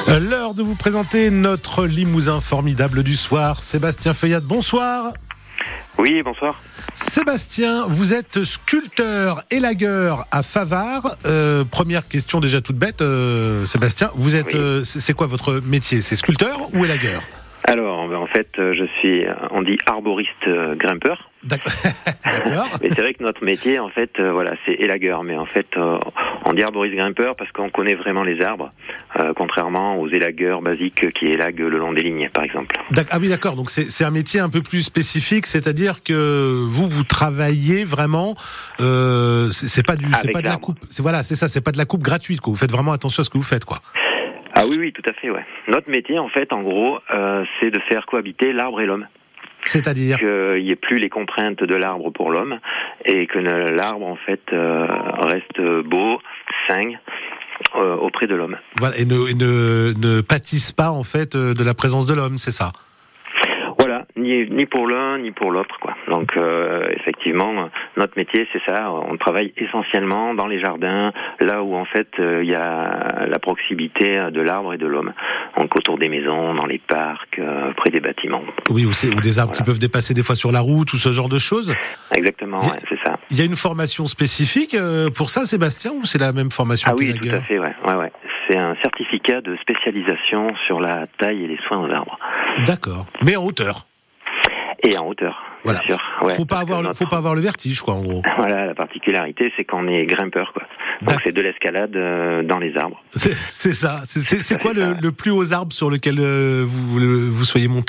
L'heure de vous présenter notre Limousin formidable du soir. Sébastien Feuillade, bonsoir. Oui, bonsoir. Sébastien, vous êtes sculpteur élagueur à Favard. Première question déjà toute bête, Sébastien. Vous êtes, Oui. c'est quoi votre métier ? C'est sculpteur ou élagueur ? Alors, en fait, je suis, on dit arboriste grimpeur. D'accord. Mais c'est vrai que notre métier, en fait, c'est élagueur. Mais en fait, on dit arboriste grimpeur parce qu'on connaît vraiment les arbres, contrairement aux élagueurs basiques qui élaguent le long des lignes, par exemple. Ah oui, d'accord. Donc c'est un métier un peu plus spécifique, c'est-à-dire que vous travaillez vraiment. C'est pas de la coupe. C'est pas de la coupe gratuite, quoi. Vous faites vraiment attention à ce que vous faites, quoi. Ah oui, tout à fait, ouais. Notre métier, en fait, en gros, c'est de faire cohabiter l'arbre et l'homme. C'est-à-dire qu'il n'y ait plus les contraintes de l'arbre pour l'homme et que l'arbre, en fait, reste beau, sain, auprès de l'homme. Voilà, et ne pâtisse pas, en fait, de la présence de l'homme, c'est ça ? Voilà, ni pour l'un, ni pour l'autre, quoi. Donc, effectivement, notre métier, c'est ça. On travaille essentiellement dans les jardins, là où, en fait, il y a la proximité de l'arbre et de l'homme. Donc, autour des maisons, dans les parcs, près des bâtiments. Oui, ou des arbres qui peuvent dépasser des fois sur la route, ou ce genre de choses. Exactement, c'est ça. Il y a une formation spécifique pour ça, Sébastien, ou c'est la même formation que l'élagueur ? Tout à fait, ouais. C'est un certificat de spécialisation sur la taille et les soins aux arbres. D'accord, mais en hauteur. Et en hauteur, voilà. Bien sûr. Ouais, faut pas avoir le vertige, quoi, en gros. Voilà, la particularité, c'est qu'on est grimpeur, quoi. Donc c'est de l'escalade dans les arbres. C'est ça. C'est quoi le plus haut arbre sur lequel vous soyez monté ?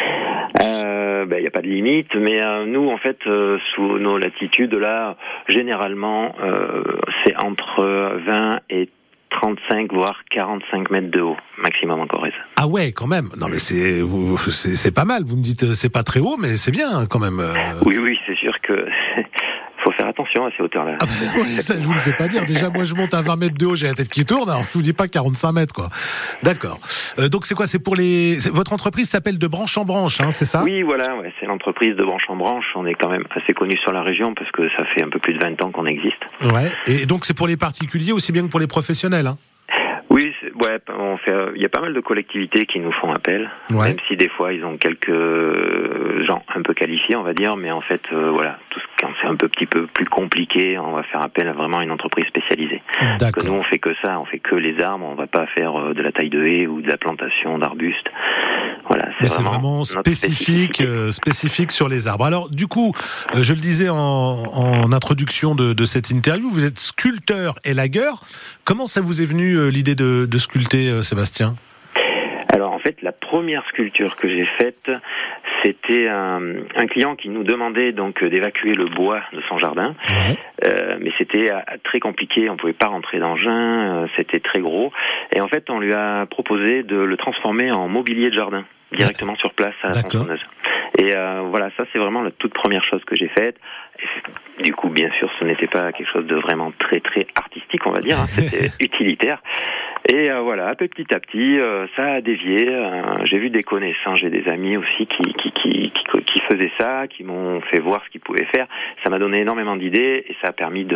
Il n'y a pas de limite, mais nous, en fait, sous nos latitudes, là, généralement, c'est entre 20 et 35 voire 45 mètres de haut, maximum en Corrèze. Ah ouais, quand même. Non mais c'est pas mal. Vous me dites c'est pas très haut, mais c'est bien quand même. Oui, c'est sûr que faut faire attention à ces hauteurs-là. Ah bah, ouais, ça, je vous le fais pas dire. Déjà, moi, je monte à 20 mètres de haut, j'ai la tête qui tourne. Alors, je vous dis pas 45 mètres, quoi. D'accord. Donc, c'est quoi ? C'est pour votre entreprise s'appelle De Branche en Branche, hein, c'est ça ? Oui, voilà, ouais, c'est l'entreprise De Branche en Branche. On est quand même assez connu sur la région parce que ça fait un peu plus de 20 ans qu'on existe. Ouais. Et donc, c'est pour les particuliers aussi bien que pour les professionnels, hein ? Oui, il y a pas mal de collectivités qui nous font appel, même si des fois ils ont quelques gens un peu qualifiés, on va dire, mais en fait, quand c'est un petit peu plus compliqué, on va faire appel à vraiment une entreprise spécialisée. D'accord. Parce que nous, on fait que ça, on fait que les arbres, on va pas faire de la taille de haie ou de la plantation d'arbustes. Voilà, c'est vraiment spécifique sur les arbres. Alors, du coup, je le disais en introduction de cette interview, vous êtes sculpteur élagueur. Comment ça vous est venu l'idée de sculpter, Sébastien ? Alors, en fait, la première sculpture que j'ai faite, c'était un client qui nous demandait donc d'évacuer le bois de son jardin. Ouais. Mais c'était très compliqué, on pouvait pas rentrer d'engin, c'était très gros. Et en fait, on lui a proposé de le transformer en mobilier de jardin, directement sur place à la tronçonneuse. Et ça c'est vraiment la toute première chose que j'ai faite. Et du coup, bien sûr, ce n'était pas quelque chose de vraiment très très artistique, on va dire, hein, c'était utilitaire. Et petit à petit, ça a dévié. J'ai vu des connaissances, j'ai des amis aussi qui faisaient ça, qui m'ont fait voir ce qu'ils pouvaient faire. Ça m'a donné énormément d'idées et ça a permis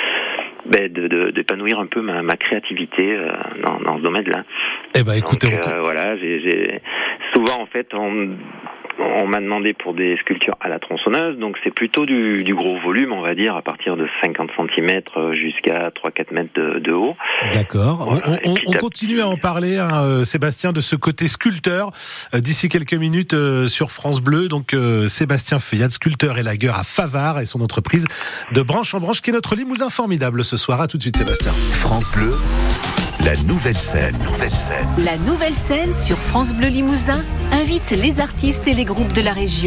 d'épanouir un peu ma créativité dans ce domaine-là. Eh ben, écoutez, j'ai souvent en fait on m'a demandé pour des sculptures à la tronçonneuse, donc c'est plutôt du gros volume, on va dire, à partir de 50 cm jusqu'à 3-4 mètres de haut. D'accord. Voilà, on continue à en parler, Sébastien, de ce côté sculpteur, d'ici quelques minutes sur France Bleu. Donc, Sébastien Feuillade, sculpteur élagueur à Favard et son entreprise De Branche en Branche, qui est notre Limousin formidable ce soir. À tout de suite, Sébastien. France Bleu, la nouvelle scène. La nouvelle scène sur France Bleu Limousin invite les artistes et les groupes de la région.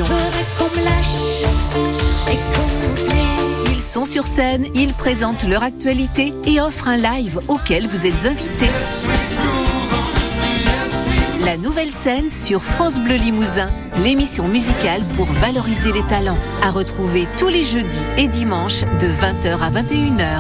Ils sont sur scène, ils présentent leur actualité et offrent un live auquel vous êtes invités. La nouvelle scène sur France Bleu Limousin, l'émission musicale pour valoriser les talents. À retrouver tous les jeudis et dimanches de 20h à 21h.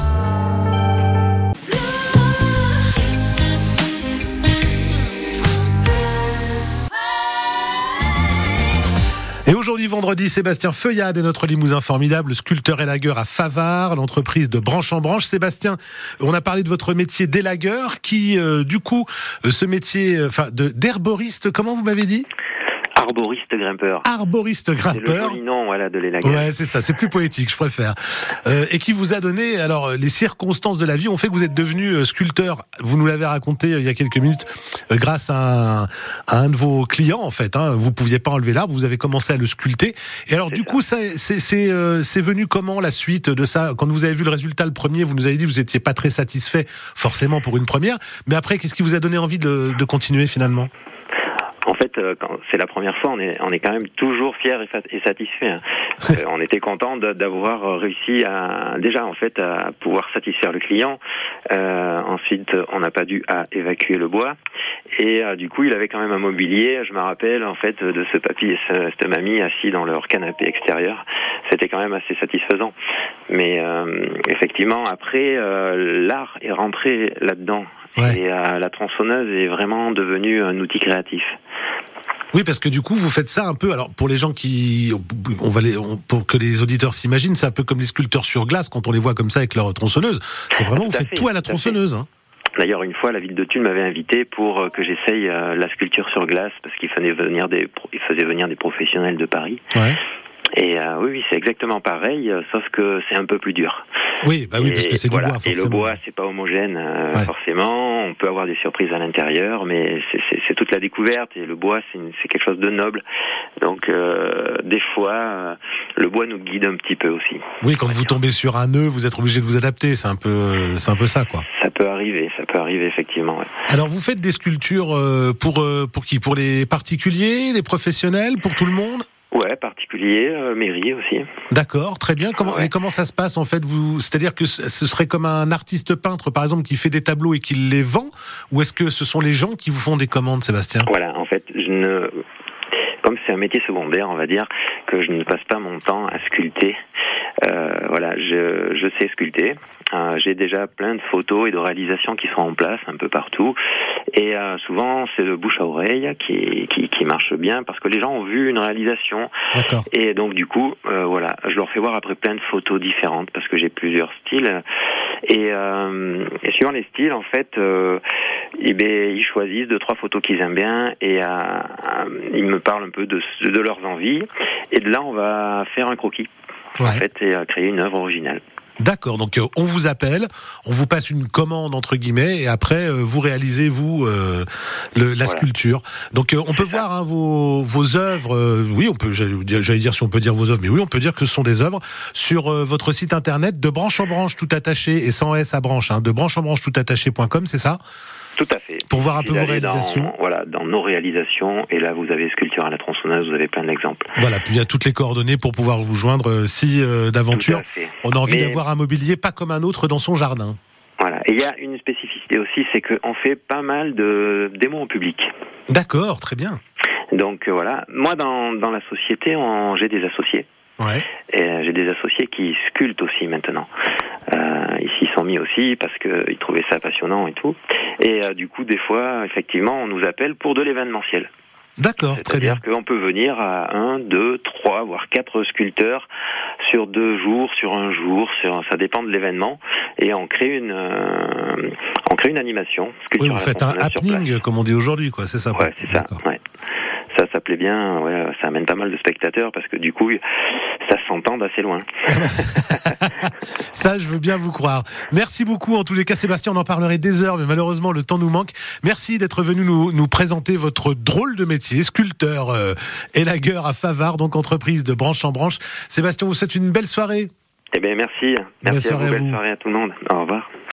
Et aujourd'hui, vendredi, Sébastien Feuillade est notre Limousin formidable, sculpteur élagueur à Favard, l'entreprise de branche en branche. Sébastien, on a parlé de votre métier d'élagueur qui, du coup, ce métier, d'herboriste, comment vous m'avez dit ? Arboriste grimpeur. Arboriste grimpeur. C'est le joli nom, voilà, de l'élagueur. Ouais, c'est ça, c'est plus poétique, je préfère. Et qui vous a donné, alors, les circonstances de la vie ont fait que vous êtes devenu sculpteur. Vous nous l'avez raconté il y a quelques minutes, grâce à un de vos clients, en fait. Vous pouviez pas enlever l'arbre, vous avez commencé à le sculpter. Et alors, du coup, c'est venu comment la suite de ça ? Quand vous avez vu le résultat, le premier, vous nous avez dit que vous étiez pas très satisfait, forcément pour une première. Mais après, qu'est-ce qui vous a donné envie de continuer finalement ? En fait, quand c'est la première fois, on est quand même toujours fiers et satisfaits. On était content d'avoir réussi à pouvoir satisfaire le client. Ensuite, on n'a pas dû évacuer le bois. Et du coup, il avait quand même un mobilier. Je me rappelle en fait de ce papy et cette mamie assis dans leur canapé extérieur. C'était quand même assez satisfaisant. Mais effectivement, après, l'art est rentré là-dedans. Ouais. Et la tronçonneuse est vraiment devenue un outil créatif. Oui, parce que du coup, vous faites ça un peu. Alors, pour les gens pour que les auditeurs s'imaginent, c'est un peu comme les sculpteurs sur glace quand on les voit comme ça avec leur tronçonneuse. C'est vraiment, vous faites tout à la tronçonneuse. D'ailleurs, une fois, la ville de Tulle m'avait invité pour que j'essaye la sculpture sur glace parce qu'il faisait venir des professionnels de Paris. Ouais. Et oui, c'est exactement pareil, sauf que c'est un peu plus dur. Oui, parce que c'est du bois, forcément. Et le bois, c'est pas homogène, forcément. On peut avoir des surprises à l'intérieur, mais c'est toute la découverte. Et le bois, c'est quelque chose de noble. Donc, des fois, le bois nous guide un petit peu aussi. Oui, quand vous tombez sur un nœud, vous êtes obligé de vous adapter. C'est un peu ça, quoi. Ça peut arriver effectivement. Ouais. Alors, vous faites des sculptures pour qui ? Pour les particuliers, les professionnels, pour tout le monde ? Ouais, particulier, mairie aussi. D'accord, très bien. Comment ça se passe en fait ? C'est-à-dire que ce serait comme un artiste peintre, par exemple, qui fait des tableaux et qui les vend, ou est-ce que ce sont les gens qui vous font des commandes, Sébastien ? Voilà, en fait, comme c'est un métier secondaire, on va dire, que je ne passe pas mon temps à sculpter. Je sais sculpter. J'ai déjà plein de photos et de réalisations qui sont en place un peu partout. Et souvent, c'est le bouche à oreille qui marche bien parce que les gens ont vu une réalisation. D'accord. Et donc, du coup, je leur fais voir après plein de photos différentes parce que j'ai plusieurs styles. Et suivant les styles, en fait, ils choisissent 2-3 photos qu'ils aiment bien et ils me parlent un peu de leurs envies. Et de là, on va faire un croquis. En fait, et créer une œuvre originale. D'accord, donc on vous appelle, on vous passe une commande entre guillemets, et après vous réalisez la sculpture. Donc on peut voir vos œuvres. Oui, on peut. J'allais dire si on peut dire vos œuvres, mais oui, on peut dire que ce sont des œuvres sur votre site internet de branche en branche tout attaché et sans S à branche, de branche en branche tout attaché.com, c'est ça ? Tout à fait. Pour voir un peu vos réalisations. Dans nos réalisations. Et là, vous avez sculpture à la tronçonneuse, vous avez plein d'exemples. Voilà, puis il y a toutes les coordonnées pour pouvoir vous joindre si d'aventure on a envie d'avoir un mobilier pas comme un autre dans son jardin. Voilà. Et il y a une spécificité aussi, c'est qu'on fait pas mal de démos en public. D'accord, très bien. Donc voilà. Moi, dans la société, j'ai des associés. Ouais. Et j'ai des associés qui sculptent aussi maintenant. Ils s'y sont mis aussi parce qu'ils trouvaient ça passionnant et tout. Et du coup, des fois, effectivement, on nous appelle pour de l'événementiel. D'accord, très bien. C'est-à-dire qu'on peut venir à 1, 2, 3, voire 4 sculpteurs sur 2 jours, sur un jour, ça dépend de l'événement. Et on crée une animation. Oui, vous faites un happening, comme on dit aujourd'hui, quoi. C'est ça. Ouais, c'est ça. Ouais. Ça plaît bien, ça amène pas mal de spectateurs parce que du coup, ça s'entend d'assez loin. Ça, je veux bien vous croire. Merci beaucoup. En tous les cas, Sébastien, on en parlerait des heures, mais malheureusement, le temps nous manque. Merci d'être venu nous présenter votre drôle de métier, sculpteur élagueur à Favard, donc entreprise de branche en branche. Sébastien, vous souhaite une belle soirée. Eh bien, merci. Merci à vous. Belle soirée à tout le monde. Au revoir.